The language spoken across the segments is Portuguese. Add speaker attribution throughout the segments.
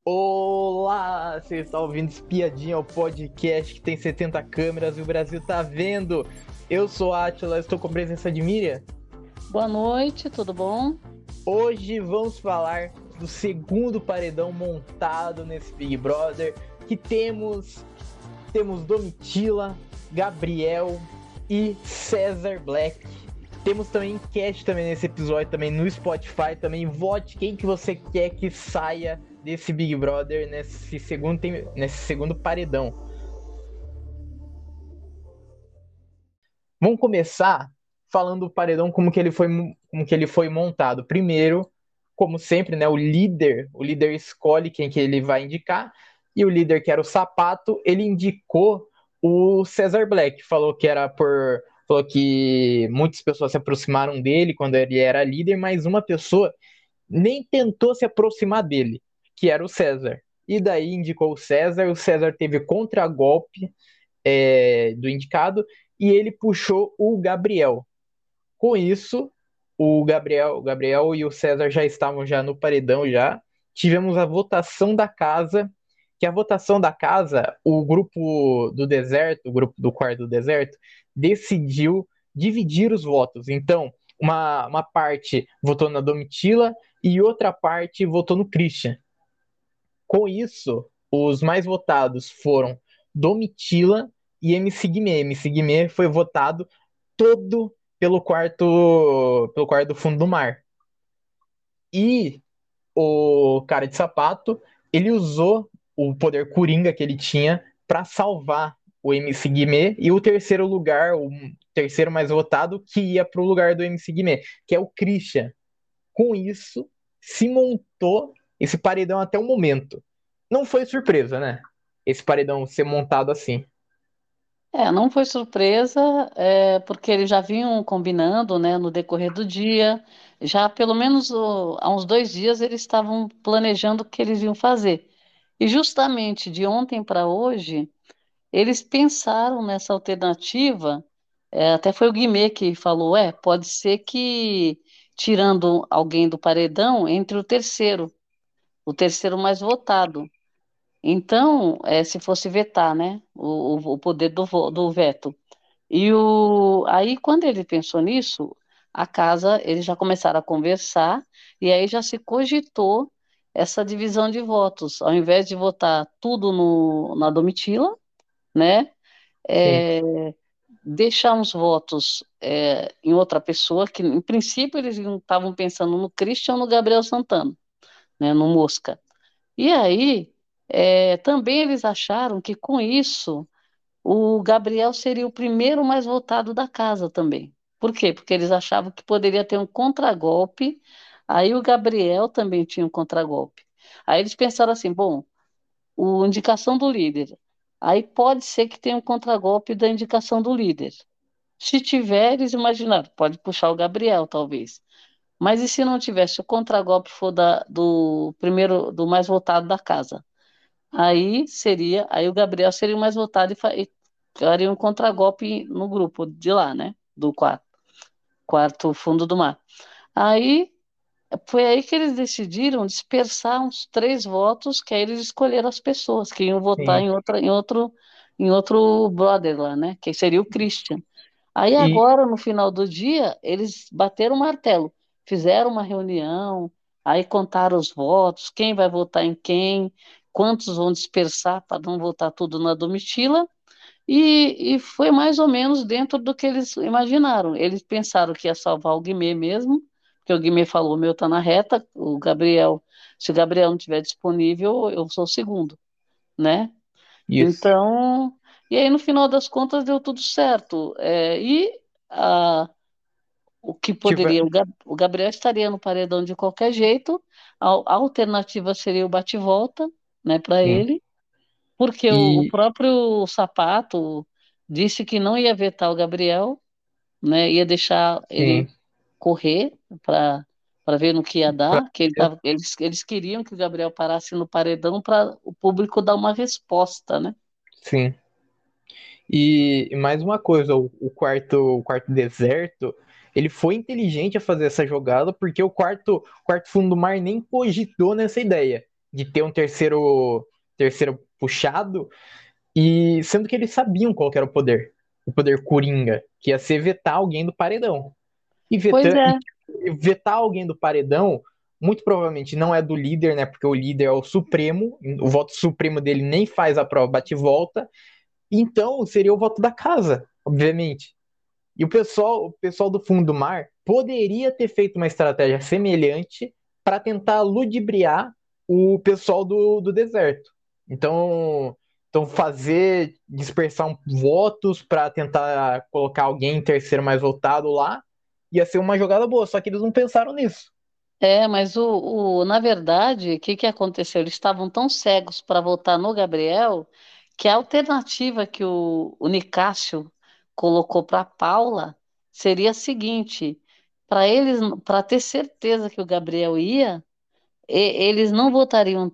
Speaker 1: Olá, você está ouvindo Espiadinha, o podcast que tem 70 câmeras e o Brasil tá vendo. Eu sou a Atila, estou com a presença de Miriam.
Speaker 2: Boa noite, tudo bom?
Speaker 1: Hoje vamos falar do segundo paredão montado nesse Big Brother, que temos Domitila, Gabriel e Cesar Black. Temos também enquete também nesse episódio, também no Spotify, também vote quem que você quer que saia desse Big Brother nesse segundo paredão. Vamos começar falando do paredão como que ele foi montado. Primeiro, como sempre, né, o líder escolhe quem que ele vai indicar, e o líder, que era o Sapato, ele indicou o Cesar Black, falou que muitas pessoas se aproximaram dele quando ele era líder, mas uma pessoa nem tentou se aproximar dele, que era o Cesar. E daí indicou o Cesar teve contragolpe do indicado e ele puxou o Gabriel. Com isso, o Gabriel e o Cesar já estavam já no paredão já. Tivemos a votação da casa, que a votação da casa, o grupo do deserto, o grupo do quarto do deserto, decidiu dividir os votos. Então, uma parte votou na Domitila e outra parte votou no Christian. Com isso, os mais votados foram Domitila e MC Guimê. MC Guimê foi votado todo pelo quarto do fundo do mar. E o cara de sapato, ele usou o poder coringa que ele tinha para salvar o MC Guimê e o terceiro lugar, o terceiro mais votado, que ia para o lugar do MC Guimê, que é o Christian. Com isso, se montou esse paredão até o momento. Não foi surpresa, né? Esse paredão ser montado assim.
Speaker 2: Não foi surpresa, porque eles já vinham combinando, né, no decorrer do dia. Já pelo menos há uns 2 dias eles estavam planejando o que eles iam fazer. E justamente de ontem para hoje, eles pensaram nessa alternativa. Até foi o Guimê que falou: pode ser que tirando alguém do paredão entre o terceiro mais votado. Então, se fosse vetar, né, o poder do veto. Aí, quando ele pensou nisso, a casa, eles já começaram a conversar, e aí já se cogitou essa divisão de votos. Ao invés de votar tudo na Domitila, né,
Speaker 1: Sim,
Speaker 2: é, deixar uns votos em outra pessoa, que em princípio eles não estavam pensando no Christian ou no Gabriel Santana, né, no Mosca. E aí, também eles acharam que com isso o Gabriel seria o primeiro mais votado da casa também. Por quê? Porque eles achavam que poderia ter um contragolpe, aí o Gabriel também tinha um contragolpe. Aí eles pensaram assim: bom, indicação do líder. Aí pode ser que tenha um contragolpe da indicação do líder. Se tiver, eles imaginaram, pode puxar o Gabriel, talvez. Mas e se não tivesse, o contragolpe for do primeiro, do mais votado da casa? Aí o Gabriel seria o mais votado e faria um contragolpe no grupo de lá, né? Do quarto fundo do mar. Aí foi aí que eles decidiram dispersar uns 3 votos, que aí eles escolheram as pessoas que iam votar
Speaker 1: sim.
Speaker 2: em outro brother lá, né? Que seria o Christian. Aí
Speaker 1: E,
Speaker 2: agora, no final do dia, eles bateram o martelo, fizeram uma reunião, aí contaram os votos, quem vai votar em quem, quantos vão dispersar para não votar tudo na Domitila, e foi mais ou menos dentro do que eles imaginaram. Eles pensaram que ia salvar o Guimê mesmo, porque o Guimê falou: o meu está na reta, o Gabriel, se o Gabriel não estiver disponível, eu sou o segundo, né?
Speaker 1: isso.
Speaker 2: Então, e aí no final das contas deu tudo certo. A, o que
Speaker 1: Tive,
Speaker 2: poderia, o Gabriel estaria no paredão de qualquer jeito, a alternativa seria o bate-volta, né, para
Speaker 1: sim.
Speaker 2: ele, porque o
Speaker 1: E,
Speaker 2: próprio Sapato disse que não ia vetar o Gabriel, né, ia deixar ele
Speaker 1: sim.
Speaker 2: correr para ver no que ia
Speaker 1: Pra-
Speaker 2: dar, que eles queriam que o Gabriel parasse no paredão para o público dar uma resposta, né?
Speaker 1: sim. E mais uma coisa, o quarto deserto, ele foi inteligente a fazer essa jogada, porque o quarto fundo do mar nem cogitou nessa ideia. de ter um terceiro puxado, e sendo que eles sabiam qual que era o poder Coringa, que ia ser vetar alguém do paredão. E
Speaker 2: Pois
Speaker 1: vetar,
Speaker 2: é,
Speaker 1: e vetar alguém do paredão, muito provavelmente não é do líder, né? Porque o líder é o Supremo, o voto supremo dele nem faz a prova bate e volta, então seria o voto da casa, obviamente. E o pessoal do fundo do mar poderia ter feito uma estratégia semelhante para tentar ludibriar o pessoal do deserto. Então, então fazer dispersar votos para tentar colocar alguém em terceiro mais votado lá ia ser uma jogada boa, só que eles não pensaram nisso.
Speaker 2: mas na verdade, o que que aconteceu? Eles estavam tão cegos para votar no Gabriel que a alternativa que o Nicásio colocou para Paula seria a seguinte: para eles, para ter certeza que o Gabriel ia, eles não votariam.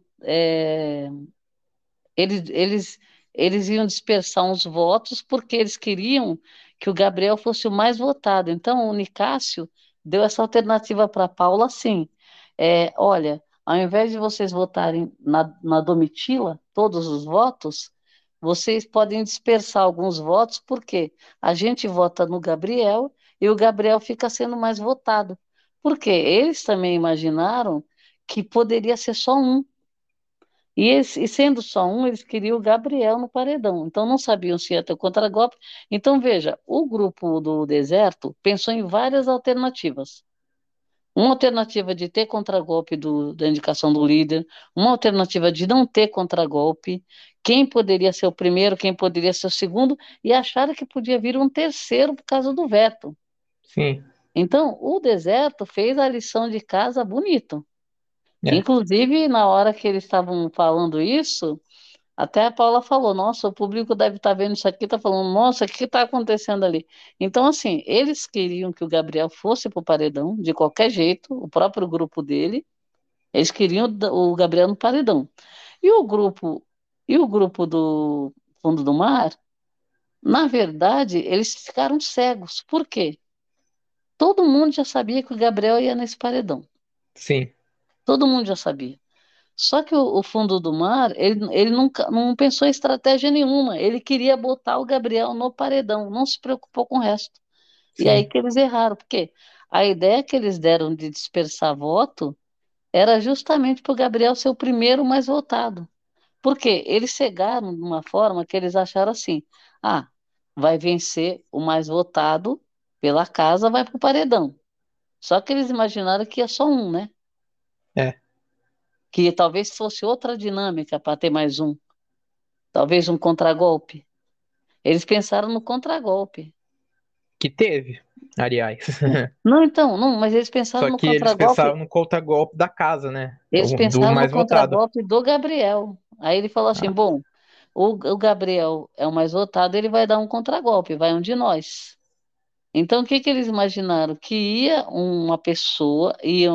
Speaker 2: Eles, eles, eles iam dispersar uns votos porque eles queriam que o Gabriel fosse o mais votado. Então, o Nicásio deu essa alternativa para a Paula assim: olha, ao invés de vocês votarem na Domitila, todos os votos, vocês podem dispersar alguns votos, porque a gente vota no Gabriel e o Gabriel fica sendo mais votado. Porque eles também imaginaram que poderia ser só um. E sendo só um, eles queriam o Gabriel no paredão. Então não sabiam se ia ter o contragolpe. Então veja, o grupo do deserto pensou em várias alternativas. Uma alternativa de ter contragolpe da indicação do líder, uma alternativa de não ter contragolpe, quem poderia ser o primeiro, quem poderia ser o segundo, e acharam que podia vir um terceiro por causa do veto.
Speaker 1: Sim,
Speaker 2: Então, o deserto fez a lição de casa bonito.
Speaker 1: é,
Speaker 2: Inclusive, na hora que eles estavam falando isso, até a Paula falou, nossa, o público deve estar vendo isso aqui, está falando, nossa, o que está acontecendo ali? Então, assim, eles queriam que o Gabriel fosse para o paredão, de qualquer jeito, o próprio grupo dele, eles queriam o Gabriel no paredão. E o grupo, e o grupo do Fundo do Mar, na verdade, eles ficaram cegos. Por quê? Todo mundo já sabia que o Gabriel ia nesse paredão.
Speaker 1: sim,
Speaker 2: Todo mundo já sabia. Só que o fundo do mar, ele nunca não pensou em estratégia nenhuma. Ele queria botar o Gabriel no paredão, não se preocupou com o resto. E aí
Speaker 1: sim,
Speaker 2: que eles erraram, porque a ideia que eles deram de dispersar voto era justamente para o Gabriel ser o primeiro mais votado. Porque eles chegaram de uma forma que eles acharam assim: ah, vai vencer o mais votado pela casa, vai para o paredão. Só que eles imaginaram que ia só um, né?
Speaker 1: é.
Speaker 2: Que talvez fosse outra dinâmica para ter mais um. Talvez um contragolpe. Eles pensaram no contragolpe.
Speaker 1: Que teve, aliás.
Speaker 2: Não, então, não, mas eles pensaram
Speaker 1: Só
Speaker 2: no
Speaker 1: que eles
Speaker 2: contragolpe.
Speaker 1: pensaram no contra-golpe da casa, né?
Speaker 2: Eles
Speaker 1: Do
Speaker 2: pensaram no
Speaker 1: mais votado.
Speaker 2: contragolpe do Gabriel. Aí ele falou assim:
Speaker 1: Ah,
Speaker 2: bom, o Gabriel é o mais votado, ele vai dar um contragolpe, vai um de nós. Então, o que que eles imaginaram? Que ia uma pessoa,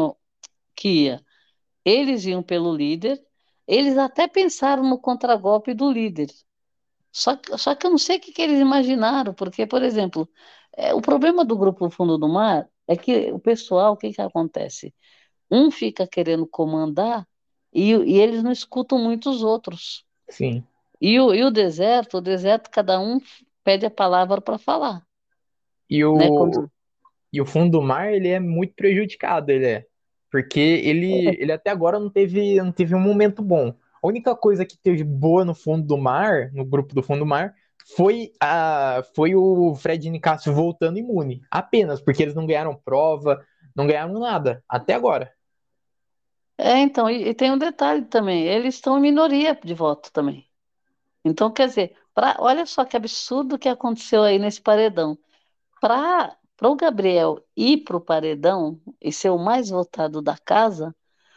Speaker 2: que ia, eles iam pelo líder, eles até pensaram no contragolpe do líder. Só que eu não sei o que que eles imaginaram, porque, por exemplo, o problema do Grupo Fundo do Mar é que o pessoal, o que que acontece? Um fica querendo comandar e eles não escutam muito os outros.
Speaker 1: sim.
Speaker 2: O deserto, cada um pede a palavra para falar,
Speaker 1: E
Speaker 2: né?
Speaker 1: o,
Speaker 2: Quando,
Speaker 1: e o fundo do mar, ele é muito prejudicado, ele é. Porque ele até agora não teve um momento bom. A única coisa que teve boa no fundo do mar, no grupo do fundo do mar, foi o Fred Nicásio voltando imune. Apenas, porque eles não ganharam prova, não ganharam nada, até agora.
Speaker 2: então, e tem um detalhe também, eles estão em minoria de voto também. Então, quer dizer, olha só que absurdo que aconteceu aí nesse paredão. Para o Gabriel ir para o paredão e ser o mais votado da casa,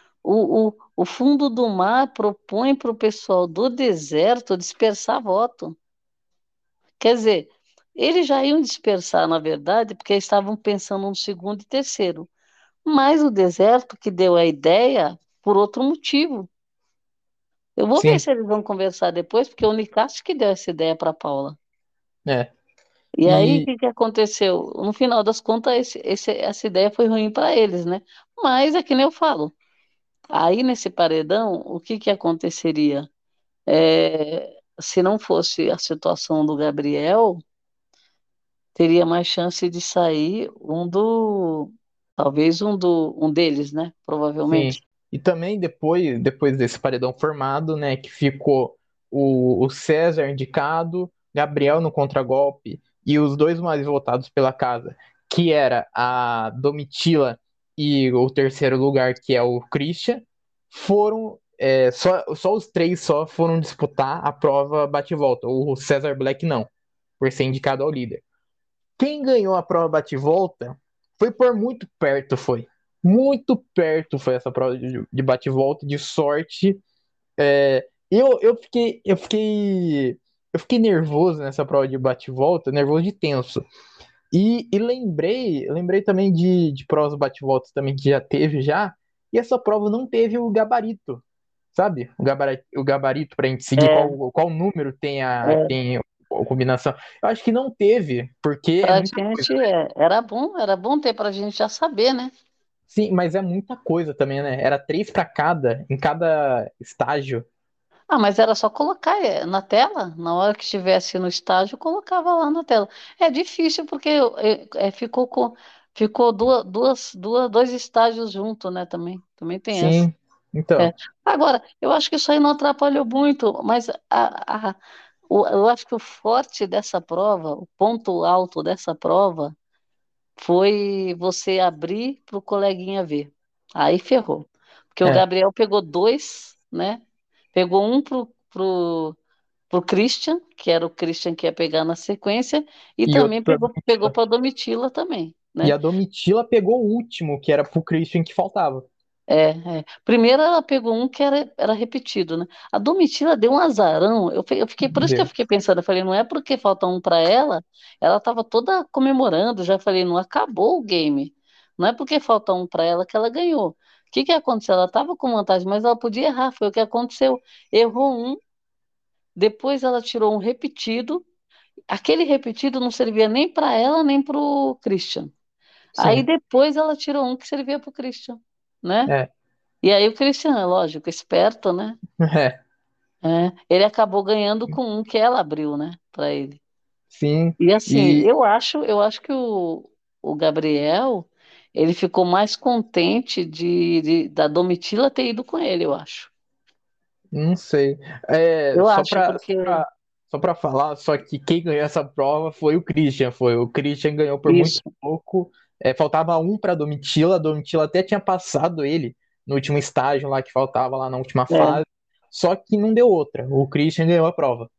Speaker 2: o fundo do mar propõe para o pessoal do deserto dispersar voto. Quer dizer, eles já iam dispersar, na verdade, porque estavam pensando no segundo e terceiro. Mas o deserto que deu a ideia por outro motivo. Eu vou ver
Speaker 1: Sim,
Speaker 2: se eles vão conversar depois, porque o Nicásio que deu essa ideia para Paula.
Speaker 1: é.
Speaker 2: E aí, o
Speaker 1: E
Speaker 2: que que aconteceu? No final das contas, essa ideia foi ruim para eles, né? Mas é que nem eu falo. Aí nesse paredão, o que que aconteceria? Se não fosse a situação do Gabriel, teria mais chance de sair talvez um deles, né?
Speaker 1: Sim.
Speaker 2: Provavelmente.
Speaker 1: E também depois desse paredão formado, né, que ficou o César indicado, Gabriel no contragolpe e os dois mais votados pela casa, que era a Domitila e o terceiro lugar, que é o Christian, foram só os três só foram disputar a prova bate-volta. O César Black não, por ser indicado ao líder. Quem ganhou a prova bate-volta foi por muito perto, foi. Muito perto foi essa prova de bate-volta, de sorte. Eu fiquei nervoso nessa prova de bate-volta, nervoso de tenso. E lembrei também de provas bate-voltas também que já teve já, e essa prova não teve o gabarito, sabe? O gabarito para a gente seguir
Speaker 2: É,
Speaker 1: qual número
Speaker 2: é,
Speaker 1: tem a combinação. Eu acho que não teve, porque é
Speaker 2: pra
Speaker 1: muita coisa.
Speaker 2: gente, era bom ter pra gente já saber, né?
Speaker 1: Sim, mas é muita coisa também, né? Era três para cada, em cada estágio.
Speaker 2: Ah, mas era só colocar na tela, na hora que estivesse no estágio, colocava lá na tela. É difícil porque ficou dois estágios juntos, né? Também tem essa.
Speaker 1: Sim, então,
Speaker 2: É. Agora, eu acho que isso aí não atrapalhou muito, mas eu acho que o forte dessa prova, o ponto alto dessa prova, foi você abrir para o coleguinha ver. Aí ferrou. Porque o
Speaker 1: é.
Speaker 2: Gabriel pegou dois, né? Pegou um pro Christian, que era o Christian que ia pegar na sequência, e
Speaker 1: E outro
Speaker 2: também
Speaker 1: pra
Speaker 2: pegou
Speaker 1: Domitila.
Speaker 2: para Domitila também,
Speaker 1: E
Speaker 2: né?
Speaker 1: a Domitila pegou o último, que era pro Christian que faltava.
Speaker 2: Primeiro ela pegou um que era repetido, né? A Domitila deu um azarão. Por isso que eu
Speaker 1: Deu.
Speaker 2: fiquei pensando, eu falei, não é porque falta um para ela estava toda comemorando, já falei, não acabou o game. Não é porque falta um para ela que ela ganhou. O que que aconteceu? Ela estava com vantagem, mas ela podia errar, foi o que aconteceu. Errou um, depois ela tirou um repetido. Aquele repetido não servia nem para ela, nem para o Christian. Aí
Speaker 1: Sim,
Speaker 2: depois ela tirou um que servia para o Christian, né?
Speaker 1: é,
Speaker 2: E aí o Christian, é lógico, esperto, né?
Speaker 1: é,
Speaker 2: Ele acabou ganhando com um que ela abriu, né, para ele.
Speaker 1: sim.
Speaker 2: E assim,
Speaker 1: E
Speaker 2: eu acho que o Gabriel, ele ficou mais contente da Domitila ter ido com ele, eu acho.
Speaker 1: não sei. É,
Speaker 2: Eu
Speaker 1: só
Speaker 2: acho,
Speaker 1: pra, só
Speaker 2: porque
Speaker 1: pra, só pra falar, só que quem ganhou essa prova foi o Christian, foi. O Christian ganhou por muito
Speaker 2: isso,
Speaker 1: pouco. Faltava um pra Domitila, a Domitila até tinha passado ele no último estágio lá que faltava lá na última
Speaker 2: é,
Speaker 1: fase. Só que não deu outra. O Christian ganhou a prova.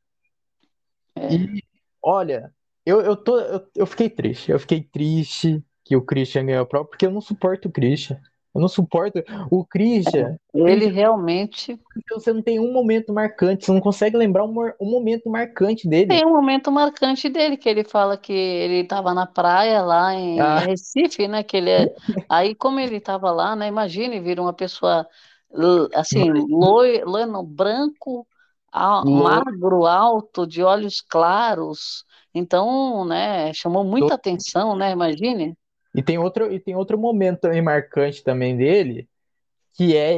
Speaker 2: é.
Speaker 1: E olha, eu fiquei triste. Eu fiquei triste que o Christian ganhou a prova, porque eu não suporto o Christian. Eu não suporto o Christian. O
Speaker 2: Ele
Speaker 1: Christian,
Speaker 2: realmente
Speaker 1: você não tem um momento marcante, você não consegue lembrar um momento marcante dele.
Speaker 2: tem um momento marcante dele, que ele fala que ele estava na praia lá em
Speaker 1: Ah,
Speaker 2: Recife, né? Aí, como ele estava lá, né? Imagine vir uma pessoa assim,
Speaker 1: mas
Speaker 2: loiro, não, branco,
Speaker 1: loiro,
Speaker 2: magro, alto, de olhos claros. Então, né? Chamou muita atenção, né? Imagine.
Speaker 1: e tem outro momento também marcante também dele, que é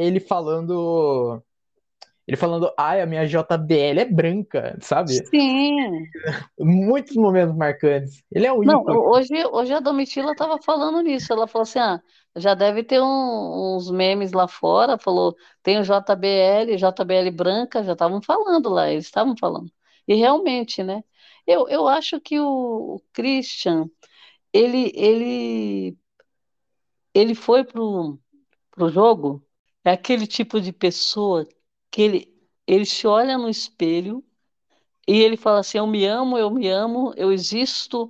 Speaker 1: ele falando, ai, a minha JBL é branca, sabe?
Speaker 2: Sim.
Speaker 1: Muitos momentos marcantes. Ele é o
Speaker 2: Não,
Speaker 1: ícone.
Speaker 2: hoje a Domitila estava falando nisso. Ela falou assim: já deve ter uns memes lá fora. Falou, tem o JBL branca, já estavam falando lá, eles estavam falando. E realmente, né? Eu acho que o Christian, ele, ele, ele foi pro jogo, é aquele tipo de pessoa que ele se olha no espelho. E ele fala assim: eu me amo, eu existo,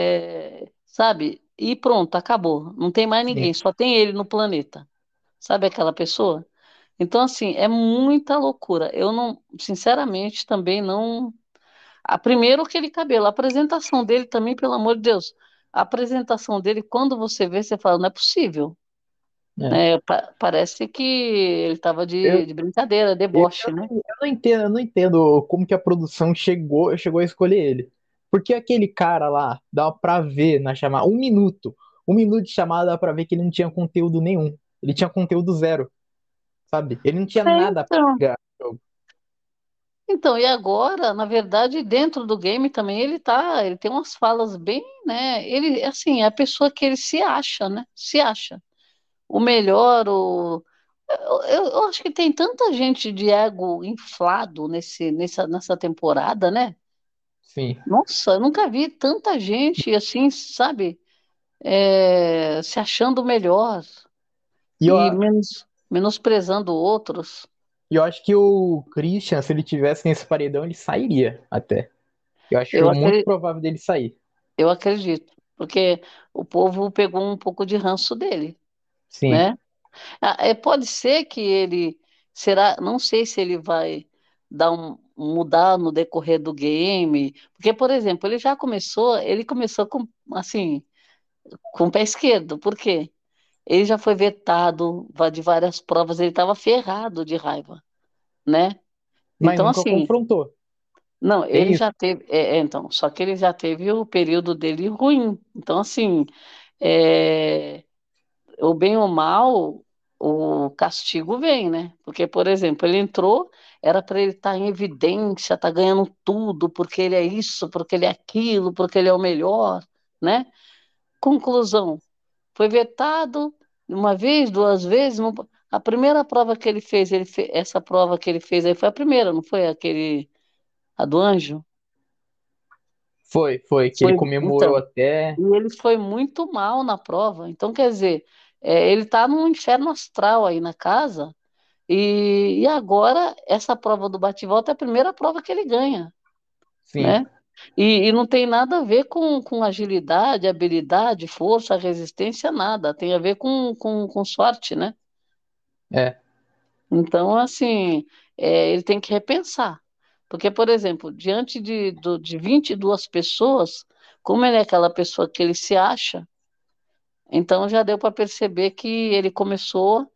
Speaker 2: sabe? E pronto, acabou. Não tem mais
Speaker 1: Sim.
Speaker 2: ninguém, só tem ele no planeta. Sabe aquela pessoa? Então, assim, é muita loucura. Eu não, sinceramente, também não. Primeiro, aquele cabelo, a apresentação dele também, pelo amor de Deus. A apresentação dele, quando você vê, você fala: não é possível.
Speaker 1: É.
Speaker 2: Né? Parece que ele estava
Speaker 1: Eu,
Speaker 2: de brincadeira,
Speaker 1: eu,
Speaker 2: deboche, né?
Speaker 1: eu não entendo como que a produção chegou a escolher ele. Porque aquele cara lá, dá pra ver na chamada, um minuto de chamada dá pra ver que ele não tinha conteúdo nenhum. Ele tinha conteúdo zero. sabe? Ele não tinha
Speaker 2: É,
Speaker 1: nada pra
Speaker 2: então.
Speaker 1: pegar no jogo.
Speaker 2: Então, e agora, na verdade, dentro do game também ele tem umas falas bem, né? Ele, assim, é a pessoa que ele se acha, né? Se acha. O melhor, eu acho que tem tanta gente de ego inflado nessa temporada, né?
Speaker 1: Sim.
Speaker 2: Nossa, eu nunca vi tanta gente assim, sabe? Se achando melhor
Speaker 1: E eu,
Speaker 2: e menosprezando outros.
Speaker 1: e eu acho que o Christian, se ele tivesse nesse paredão, ele sairia até. Eu
Speaker 2: Eu,
Speaker 1: acho muito
Speaker 2: acre-
Speaker 1: provável dele sair.
Speaker 2: eu acredito, porque o povo pegou um pouco de ranço dele,
Speaker 1: Sim.
Speaker 2: né? Pode ser que ele será, não sei se ele vai mudar no decorrer do game, porque, por exemplo, ele começou com assim, com o pé esquerdo, por quê? Ele já foi vetado de várias provas, ele estava ferrado de raiva, né?
Speaker 1: Mas
Speaker 2: Então,
Speaker 1: nunca
Speaker 2: assim,
Speaker 1: confrontou.
Speaker 2: não,
Speaker 1: Tem
Speaker 2: ele
Speaker 1: isso.
Speaker 2: já teve, então, só que ele já teve o período dele ruim. Então, assim, é, o bem ou mal, o castigo vem, né? Porque, por exemplo, ele entrou, era para ele estar em evidência, estar ganhando tudo, porque ele é isso, porque ele é aquilo, porque ele é o melhor, né? Conclusão, foi vetado uma vez, duas vezes. A primeira prova que essa prova que ele fez aí foi a primeira, não foi a do anjo?
Speaker 1: Foi, que ele
Speaker 2: Foi,
Speaker 1: comemorou
Speaker 2: então.
Speaker 1: até.
Speaker 2: E ele foi muito mal na prova. Então, quer dizer, ele está num inferno astral aí na casa. E agora, essa prova do bate-volta é a primeira prova que ele ganha,
Speaker 1: Sim,
Speaker 2: né? E não tem nada a ver com agilidade, habilidade, força, resistência, nada. Tem a ver com sorte, né?
Speaker 1: é.
Speaker 2: Então, assim, ele tem que repensar. Porque, por exemplo, diante de 22 pessoas, como ele é aquela pessoa que ele se acha, então já deu para perceber que ele começou,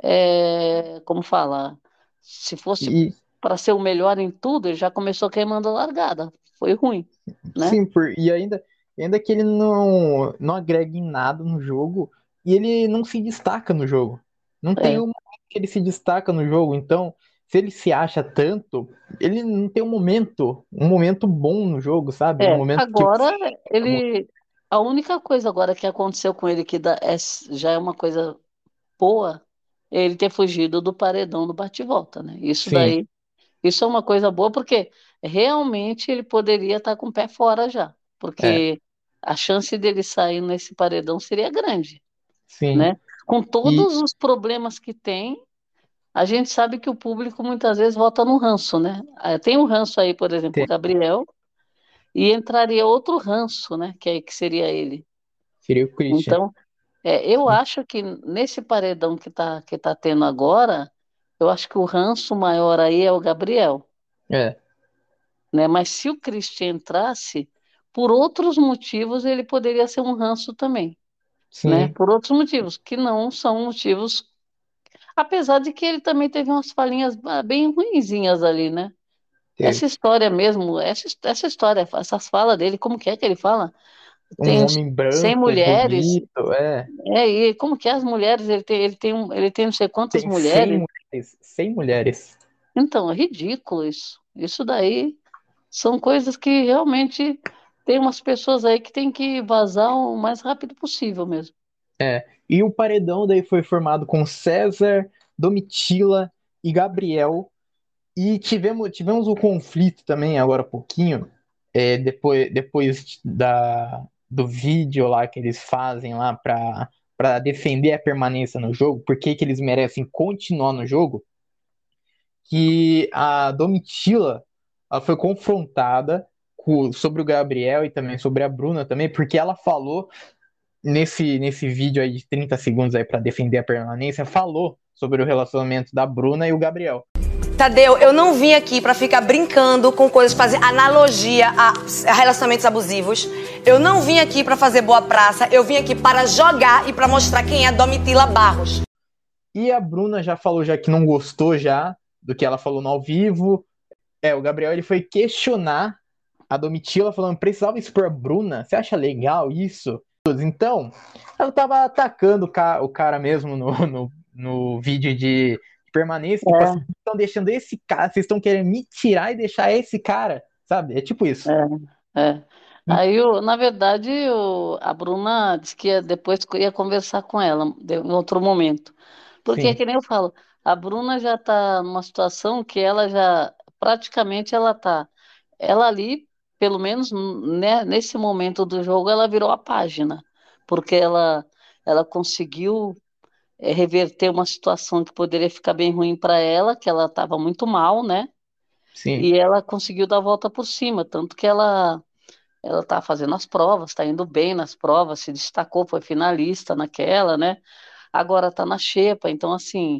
Speaker 2: como falar, se fosse
Speaker 1: E
Speaker 2: para ser o melhor em tudo, ele já começou queimando a largada. Foi ruim, né?
Speaker 1: sim, ainda que ele não agrega em nada no jogo e ele não se destaca no jogo. Não tem
Speaker 2: É.
Speaker 1: um momento que ele se destaca no jogo. Então, se ele se acha tanto, ele não tem um momento bom no jogo, sabe? Um momento que você
Speaker 2: Agora a única coisa agora que aconteceu com ele já é uma coisa boa, é ele ter fugido do paredão do bate-volta, né?
Speaker 1: sim,
Speaker 2: Isso é uma coisa boa porque realmente ele poderia estar com o pé fora já,
Speaker 1: é,
Speaker 2: porque a chance dele sair nesse paredão seria grande,
Speaker 1: sim.
Speaker 2: né? Com
Speaker 1: E
Speaker 2: todos os problemas que tem, a gente sabe que o público muitas vezes vota no ranço, né? Tem um ranço aí, por exemplo, o
Speaker 1: tem-
Speaker 2: Gabriel, e entraria outro ranço, né? Que seria ele.
Speaker 1: seria o Christian.
Speaker 2: Então, eu
Speaker 1: Sim.
Speaker 2: acho que nesse paredão que tá tendo agora, eu acho que o ranço maior aí é o Gabriel,
Speaker 1: É,
Speaker 2: né? Mas se o Christian entrasse, por outros motivos ele poderia ser um ranço também, né?
Speaker 1: sim.
Speaker 2: Por outros motivos, que não são motivos, apesar de que ele também teve umas falinhas bem ruinzinhas ali, né? Essa
Speaker 1: Teve.
Speaker 2: história mesmo, essa história, essas falas dele, como que é que ele fala?
Speaker 1: Um
Speaker 2: Tem
Speaker 1: homem
Speaker 2: 100
Speaker 1: branco,
Speaker 2: mulheres,
Speaker 1: bonito, é.
Speaker 2: e como que é as mulheres? Ele tem não sei quantas
Speaker 1: Tem 100
Speaker 2: mulheres.
Speaker 1: mulheres. 100 mulheres.
Speaker 2: Então, é ridículo isso. Isso daí são coisas que realmente tem umas pessoas aí que tem que vazar o mais rápido possível mesmo.
Speaker 1: É. E o paredão daí foi formado com César, Domitila e Gabriel. E tivemos o conflito também, agora há pouquinho, depois do vídeo lá que eles fazem lá para defender a permanência no jogo, por que que eles merecem continuar no jogo, que a Domitila ela foi confrontada sobre o Gabriel e também sobre a Bruna também, porque ela falou nesse vídeo aí de 30 segundos aí para defender a permanência, falou sobre o relacionamento da Bruna e o Gabriel.
Speaker 3: Tadeu, eu não vim aqui pra ficar brincando com coisas, fazer analogia a relacionamentos abusivos. Eu não vim aqui pra fazer boa praça. Eu vim aqui para jogar e pra mostrar quem é Domitila Barros.
Speaker 1: E a Bruna já falou já que não gostou já do que ela falou no ao vivo. O Gabriel ele foi questionar a Domitila falando, precisava expor a Bruna? Você acha legal isso? Então, ela tava atacando o cara mesmo no vídeo de permaneça, tipo assim,
Speaker 2: É,
Speaker 1: vocês estão deixando esse cara, vocês estão querendo me tirar e deixar esse cara, sabe? É tipo isso.
Speaker 2: é.
Speaker 1: E-
Speaker 2: Aí, na verdade, a Bruna disse que depois que eu ia conversar com ela em outro momento. Porque,
Speaker 1: Sim,
Speaker 2: que nem eu falo, a Bruna já está numa situação que ela já, praticamente, ela ali, pelo menos né, nesse momento do jogo, ela virou a página. Porque ela conseguiu reverter uma situação que poderia ficar bem ruim para ela, que ela estava muito mal, né?
Speaker 1: sim,
Speaker 2: E ela conseguiu dar a volta por cima, tanto que ela está fazendo as provas, está indo bem nas provas, se destacou, foi finalista naquela, né? Agora está na xepa, então assim,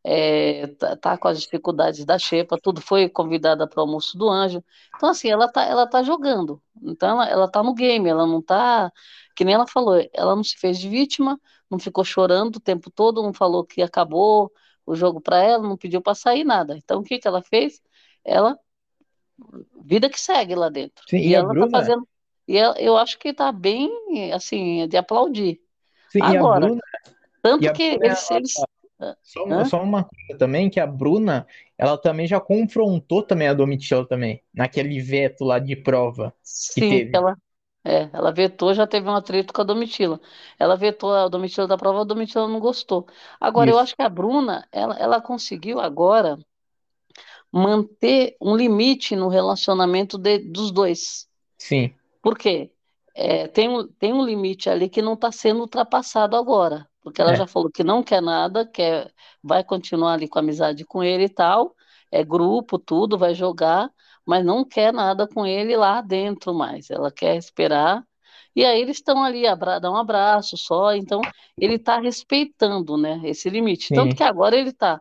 Speaker 2: tá com as dificuldades da xepa, tudo foi convidada para o almoço do anjo. Então assim, ela tá jogando. Então ela tá no game, ela não tá, que nem ela falou, ela não se fez de vítima, não ficou chorando o tempo todo, não falou que acabou o jogo para ela, não pediu para sair nada. Então o que que ela fez? Ela vida que segue lá dentro.
Speaker 1: sim.
Speaker 2: E
Speaker 1: E a
Speaker 2: ela tá
Speaker 1: Bruna,
Speaker 2: fazendo. Eu acho que tá bem, assim, de aplaudir.
Speaker 1: sim,
Speaker 2: Agora,
Speaker 1: e
Speaker 2: tanto
Speaker 1: a
Speaker 2: que
Speaker 1: Bruna,
Speaker 2: eles. Hã?
Speaker 1: só uma coisa também, que a Bruna, ela também já confrontou também a Domitila também, naquele veto lá de prova que
Speaker 2: Sim,
Speaker 1: teve.
Speaker 2: ela vetou, já teve um atrito com a Domitila. Ela vetou a Domitila da prova, a Domitila não gostou. Agora, eu
Speaker 1: Isso,
Speaker 2: acho que a Bruna, ela conseguiu agora manter um limite no relacionamento dos dois.
Speaker 1: sim,
Speaker 2: Por quê? Tem um limite ali que não está sendo ultrapassado agora, porque ela já
Speaker 1: é,
Speaker 2: falou que não quer nada, vai continuar ali com a amizade com ele e tal, é grupo, tudo, vai jogar, mas não quer nada com ele lá dentro mais. Ela quer esperar. E aí eles estão ali, dá um abraço só, então ele está respeitando, né, esse limite. Tanto
Speaker 1: sim,
Speaker 2: que agora ele está,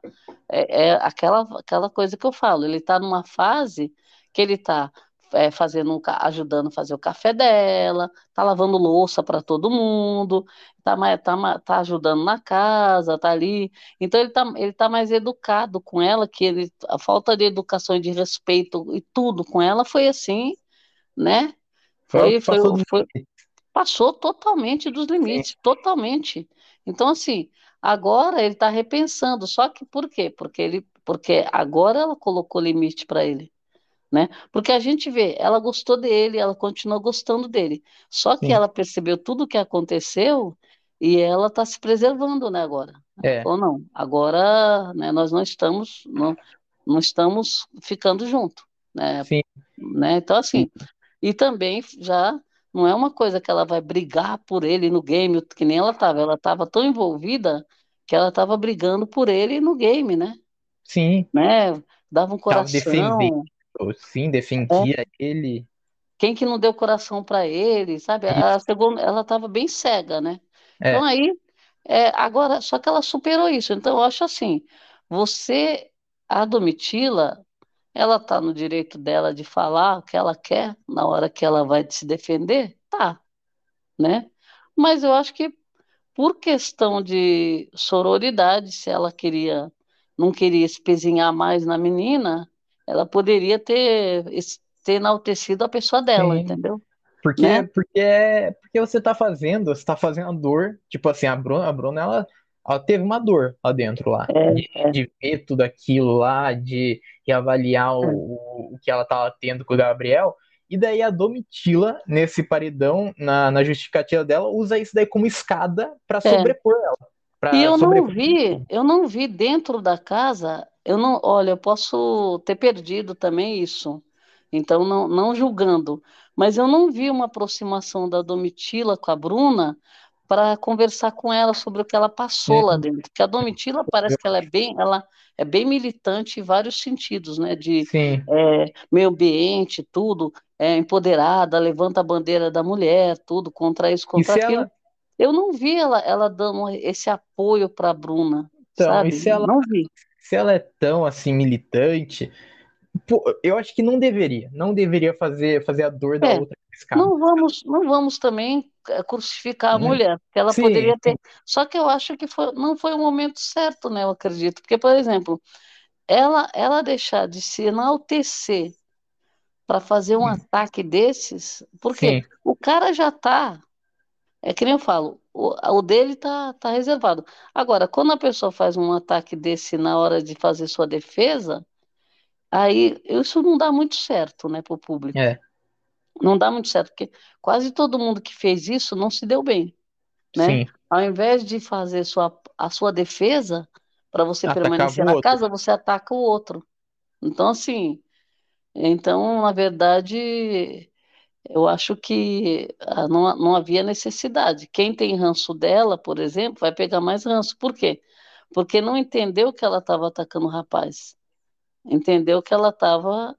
Speaker 2: aquela coisa que eu falo, ele está numa fase que ele está ajudando a fazer o café dela, tá lavando louça para todo mundo, tá ajudando na casa, tá ali. Então ele tá mais educado com ela, a falta de educação e de respeito e tudo com ela foi assim, né?
Speaker 1: foi algo
Speaker 2: Foi,
Speaker 1: que
Speaker 2: foi,
Speaker 1: passou do.
Speaker 2: foi, passou totalmente dos
Speaker 1: Sim,
Speaker 2: limites, totalmente. Então, assim, agora ele está repensando. Só que por quê? Porque agora ela colocou limite para ele, né? Porque a gente vê, ela gostou dele, ela continua gostando dele. Só que
Speaker 1: sim,
Speaker 2: ela percebeu tudo o que aconteceu e ela está se preservando, né, agora. Ela
Speaker 1: é,
Speaker 2: falou, não, agora, né, nós não estamos ficando junto, né?
Speaker 1: sim,
Speaker 2: Então, assim, e também já não é uma coisa que ela vai brigar por ele no game, que nem ela estava tão envolvida que ela estava brigando por ele no game, né?
Speaker 1: sim,
Speaker 2: Né? Dava um
Speaker 1: tava defendendo,
Speaker 2: coração,
Speaker 1: sim,
Speaker 2: né?
Speaker 1: defendia ele.
Speaker 2: Quem que não deu coração para ele, sabe? A
Speaker 1: Isso,
Speaker 2: segunda, ela estava bem cega, né? Então
Speaker 1: é,
Speaker 2: aí, agora, só que ela superou isso. Então eu acho assim, você, a Domitila, ela está no direito dela de falar o que ela quer na hora que ela vai se defender, tá, né? Mas eu acho que por questão de sororidade, se ela não queria espezinhar mais na menina, ela poderia ter enaltecido a pessoa dela,
Speaker 1: sim.
Speaker 2: entendeu?
Speaker 1: Porque,
Speaker 2: Né?
Speaker 1: porque você tá fazendo a dor, tipo assim, a Bruna ela teve uma dor lá dentro lá,
Speaker 2: É,
Speaker 1: de ver tudo aquilo lá, de reavaliar o que ela tava tendo com o Gabriel, e daí a Domitila, nesse paredão, na justificativa dela, usa isso daí como escada pra
Speaker 2: é.
Speaker 1: sobrepor ela,
Speaker 2: E
Speaker 1: pra
Speaker 2: eu não
Speaker 1: sobrepor.
Speaker 2: vi, eu não vi dentro da casa, olha, eu posso ter perdido também isso, então não julgando, mas eu não vi uma aproximação da Domitila com a Bruna para conversar com ela sobre o que ela passou lá
Speaker 1: Sim,
Speaker 2: dentro, porque a Domitila parece que ela é bem militante em vários sentidos, né, de
Speaker 1: sim.
Speaker 2: meio ambiente, tudo, empoderada, levanta a bandeira da mulher, tudo, contra isso,
Speaker 1: E
Speaker 2: contra
Speaker 1: se
Speaker 2: aquilo.
Speaker 1: ela,
Speaker 2: Eu não vi ela dando esse apoio para a Bruna,
Speaker 1: então,
Speaker 2: sabe? Não vi.
Speaker 1: se ela é tão assim militante, pô, eu acho que não deveria fazer a dor da
Speaker 2: É,
Speaker 1: outra escada.
Speaker 2: não vamos também crucificar a
Speaker 1: Hum,
Speaker 2: mulher, porque ela
Speaker 1: Sim,
Speaker 2: poderia ter. Só que eu acho que não foi o momento certo, né? Eu acredito. Porque, por exemplo, ela deixar de se enaltecer para fazer um ataque desses, porque
Speaker 1: sim,
Speaker 2: o cara já está. É que nem eu falo, o dele tá reservado. Agora, quando a pessoa faz um ataque desse na hora de fazer sua defesa, aí isso não dá muito certo, né, para o público.
Speaker 1: É,
Speaker 2: Não dá muito certo, porque quase todo mundo que fez isso não se deu bem, né?
Speaker 1: sim.
Speaker 2: Ao invés de fazer a sua defesa para você
Speaker 1: Atacava
Speaker 2: permanecer
Speaker 1: o
Speaker 2: na
Speaker 1: outro.
Speaker 2: casa, você ataca o outro. Então, assim, na verdade, eu acho que não havia necessidade. Quem tem ranço dela, por exemplo, vai pegar mais ranço. Por quê? Porque não entendeu que ela estava atacando o rapaz. Entendeu que ela estava.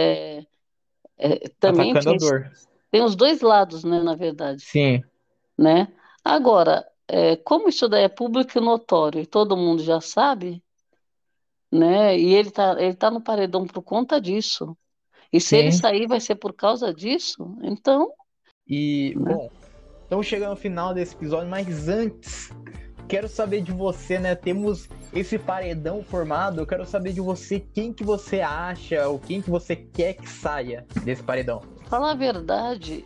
Speaker 2: Também
Speaker 1: Atacando a dor.
Speaker 2: tem os dois lados, né, na verdade,
Speaker 1: Sim,
Speaker 2: né? Agora, como isso daí é público e notório e todo mundo já sabe, né? E ele tá no paredão por conta disso. E se ele
Speaker 1: sim.
Speaker 2: sair, vai ser por causa disso. Então,
Speaker 1: E,
Speaker 2: né?
Speaker 1: bom, estamos chegando ao final desse episódio, mas antes, quero saber de você, né? Temos esse paredão formado, eu quero saber de você quem que você acha ou quem que você quer que saia desse paredão.
Speaker 2: Falar a verdade,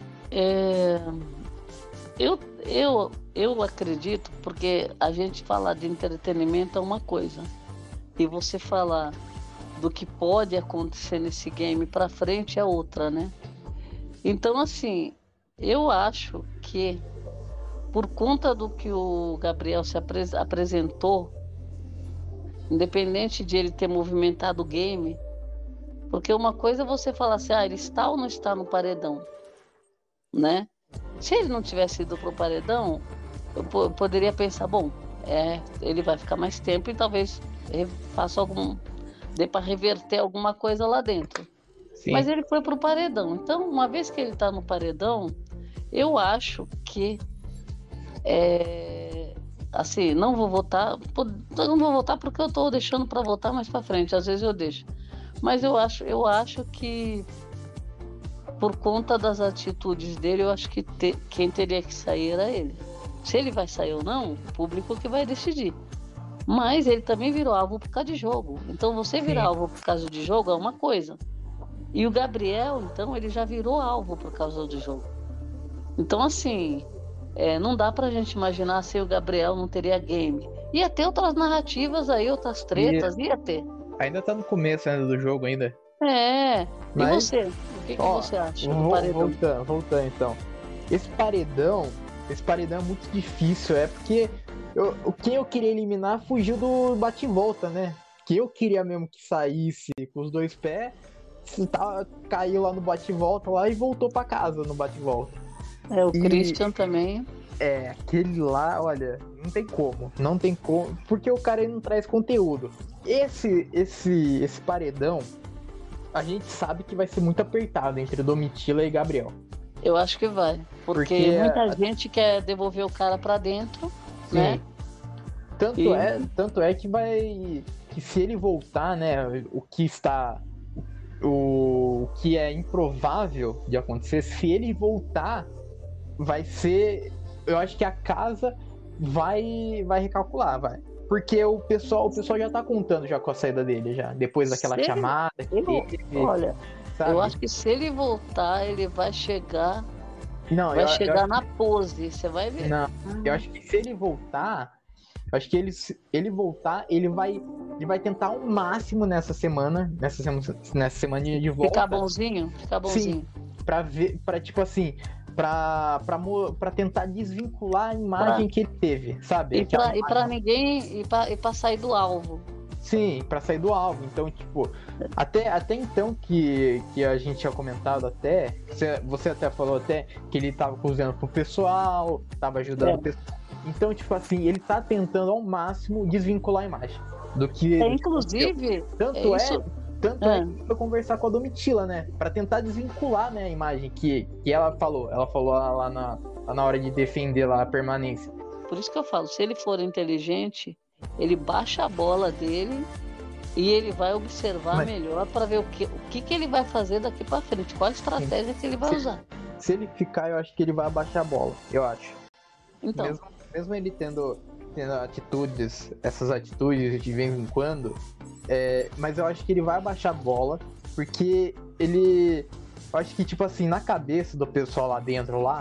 Speaker 2: eu acredito, porque a gente falar de entretenimento é uma coisa, e você falar do que pode acontecer nesse game para frente é outra, né? Então, assim, eu acho que por conta do que o Gabriel se apresentou, independente de ele ter movimentado o game, porque uma coisa é você falar assim, ele está ou não está no paredão, né? Se ele não tivesse ido pro paredão, eu poderia pensar, bom, ele vai ficar mais tempo e talvez dê para reverter alguma coisa lá dentro.
Speaker 1: Sim.
Speaker 2: Mas ele foi pro paredão. Então, uma vez que ele está no paredão, eu acho que assim, não vou votar porque eu estou deixando para votar mais para frente. Às vezes eu deixo. Mas eu acho que por conta das atitudes dele, eu acho que quem teria que sair era ele. Se ele vai sair ou não, o público que vai decidir. Mas ele também virou alvo por causa de jogo. Então, você virar alvo por causa de jogo é uma coisa. E o Gabriel, então, ele já virou alvo por causa do jogo. Então, assim, não dá pra gente imaginar se o Gabriel não teria game. Ia ter outras narrativas aí, outras tretas, ia ter.
Speaker 1: Ainda tá no começo ainda do jogo ainda.
Speaker 2: E
Speaker 1: Mas,
Speaker 2: você? O que você acha do paredão?
Speaker 1: Voltando então. Esse paredão é muito difícil, porque quem eu queria eliminar fugiu do bate-volta, né? Que eu queria mesmo que saísse com os dois pés, caiu lá no bate-volta lá e voltou pra casa no bate-volta.
Speaker 2: O Christian também.
Speaker 1: Aquele lá, olha, não tem como, porque o cara ele não traz conteúdo. Esse paredão, a gente sabe que vai ser muito apertado entre Domitila e Gabriel.
Speaker 2: Eu acho que vai, porque muita gente quer devolver o cara pra dentro,
Speaker 1: sim,
Speaker 2: né?
Speaker 1: Tanto é que se ele voltar, né, o que é improvável de acontecer, se ele voltar, vai ser, eu acho que a casa vai recalcular, vai. Porque o pessoal já tá contando já com a saída dele, já, depois daquela chamada que teve.
Speaker 2: Olha,
Speaker 1: sabe?
Speaker 2: Eu acho que se ele voltar, ele vai chegar.
Speaker 1: Não,
Speaker 2: vai chegar na pose, você vai ver.
Speaker 1: Não, eu acho que se ele voltar, ele voltar, ele vai tentar ao máximo nessa semana de volta.
Speaker 2: Ficar bonzinho?
Speaker 1: Sim, pra tipo assim, pra tentar desvincular a imagem que ele teve, sabe?
Speaker 2: E pra ninguém, e pra sair do alvo.
Speaker 1: Sim, pra sair do alvo. Então, tipo, até então que a gente tinha comentado até, você até falou até que ele tava cozinhando pro pessoal, tava ajudando o pessoal. Então, tipo assim, ele tá tentando ao máximo desvincular a imagem do que...
Speaker 2: inclusive...
Speaker 1: Tanto é que foi conversar com a Domitila, né? Pra tentar desvincular, né, a imagem que ela falou. Ela falou lá na hora de defender lá a permanência.
Speaker 2: Por isso que eu falo, se ele for inteligente, ele baixa a bola dele e ele vai observar melhor para ver o que ele vai fazer daqui para frente, qual a estratégia que ele vai usar.
Speaker 1: Se ele ficar, eu acho que ele vai abaixar a bola, eu acho.
Speaker 2: Então,
Speaker 1: mesmo ele tendo essas atitudes de vez em quando, mas eu acho que ele vai abaixar a bola, porque eu acho que, tipo assim, na cabeça do pessoal lá dentro,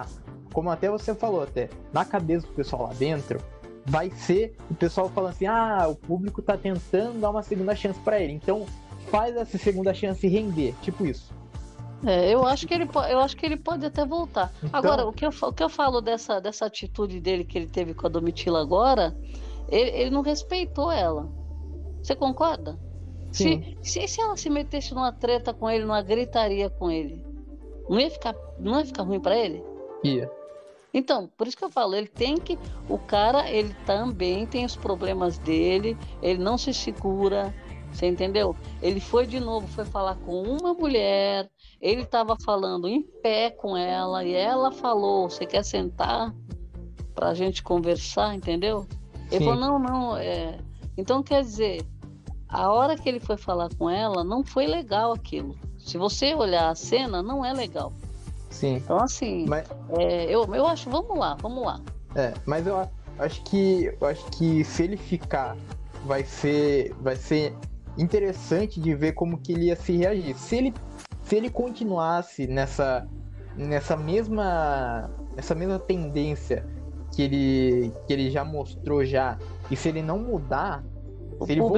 Speaker 1: como até você falou, até, na cabeça do pessoal lá dentro, vai ser o pessoal falando assim, o público tá tentando dar uma segunda chance pra ele, então faz essa segunda chance render, tipo isso.
Speaker 2: Eu acho que ele pode até voltar. Então, agora, o que eu falo dessa atitude dele que ele teve com a Domitila agora, ele não respeitou ela. Você concorda?
Speaker 1: Sim.
Speaker 2: Se ela se metesse numa treta com ele, numa gritaria com ele, não ia ficar ruim pra ele?
Speaker 1: Ia.
Speaker 2: Então, por isso que eu falo, o cara, ele também tem os problemas dele, ele não se segura, você entendeu? Ele foi falar com uma mulher, ele estava falando em pé com ela, e ela falou, você quer sentar pra gente conversar, entendeu? Ele falou, não, Então, quer dizer, a hora que ele foi falar com ela, não foi legal aquilo. Se você olhar a cena, não é legal.
Speaker 1: Sim.
Speaker 2: Então, assim, eu acho, vamos lá.
Speaker 1: Mas eu acho que se ele ficar, vai ser interessante de ver como que ele ia se reagir. Se ele continuasse nessa mesma tendência que ele já mostrou já, e se ele não mudar, se ele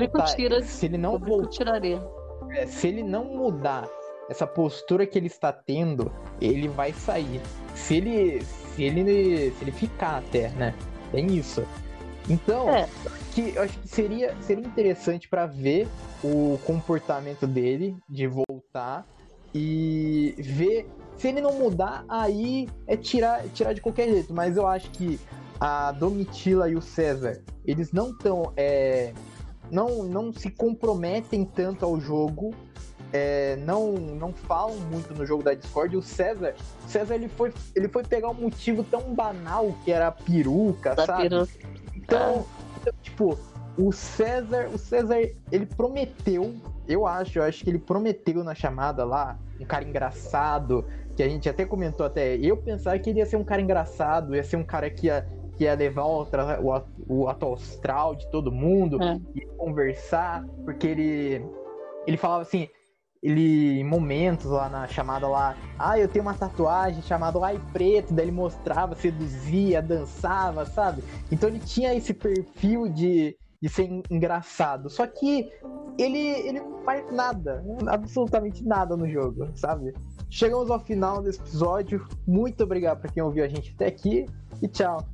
Speaker 1: não mudar essa postura que ele está tendo, ele vai sair. Se ele ficar até, né? Tem isso. Então, eu acho que seria interessante para ver o comportamento dele de voltar e ver. Se ele não mudar, aí é tirar de qualquer jeito. Mas eu acho que a Domitila e o César, eles não estão não se comprometem tanto ao jogo, não falam muito no jogo da Discord. O César ele foi pegar um motivo tão banal que era a peruca, sabe? Então, tipo, o César, ele prometeu, eu acho que ele prometeu na chamada lá, um cara engraçado, que a gente até comentou até, eu pensava que ele ia ser um cara engraçado, ia ser um cara que ia levar o atual astral de todo mundo, ia conversar, porque ele falava assim, em momentos lá na chamada lá, eu tenho uma tatuagem chamada Ai Preto, daí ele mostrava, seduzia, dançava, sabe? Então ele tinha esse perfil de ser engraçado, só que ele não faz nada, absolutamente nada no jogo, sabe? Chegamos ao final desse episódio, muito obrigado pra quem ouviu a gente até aqui e tchau!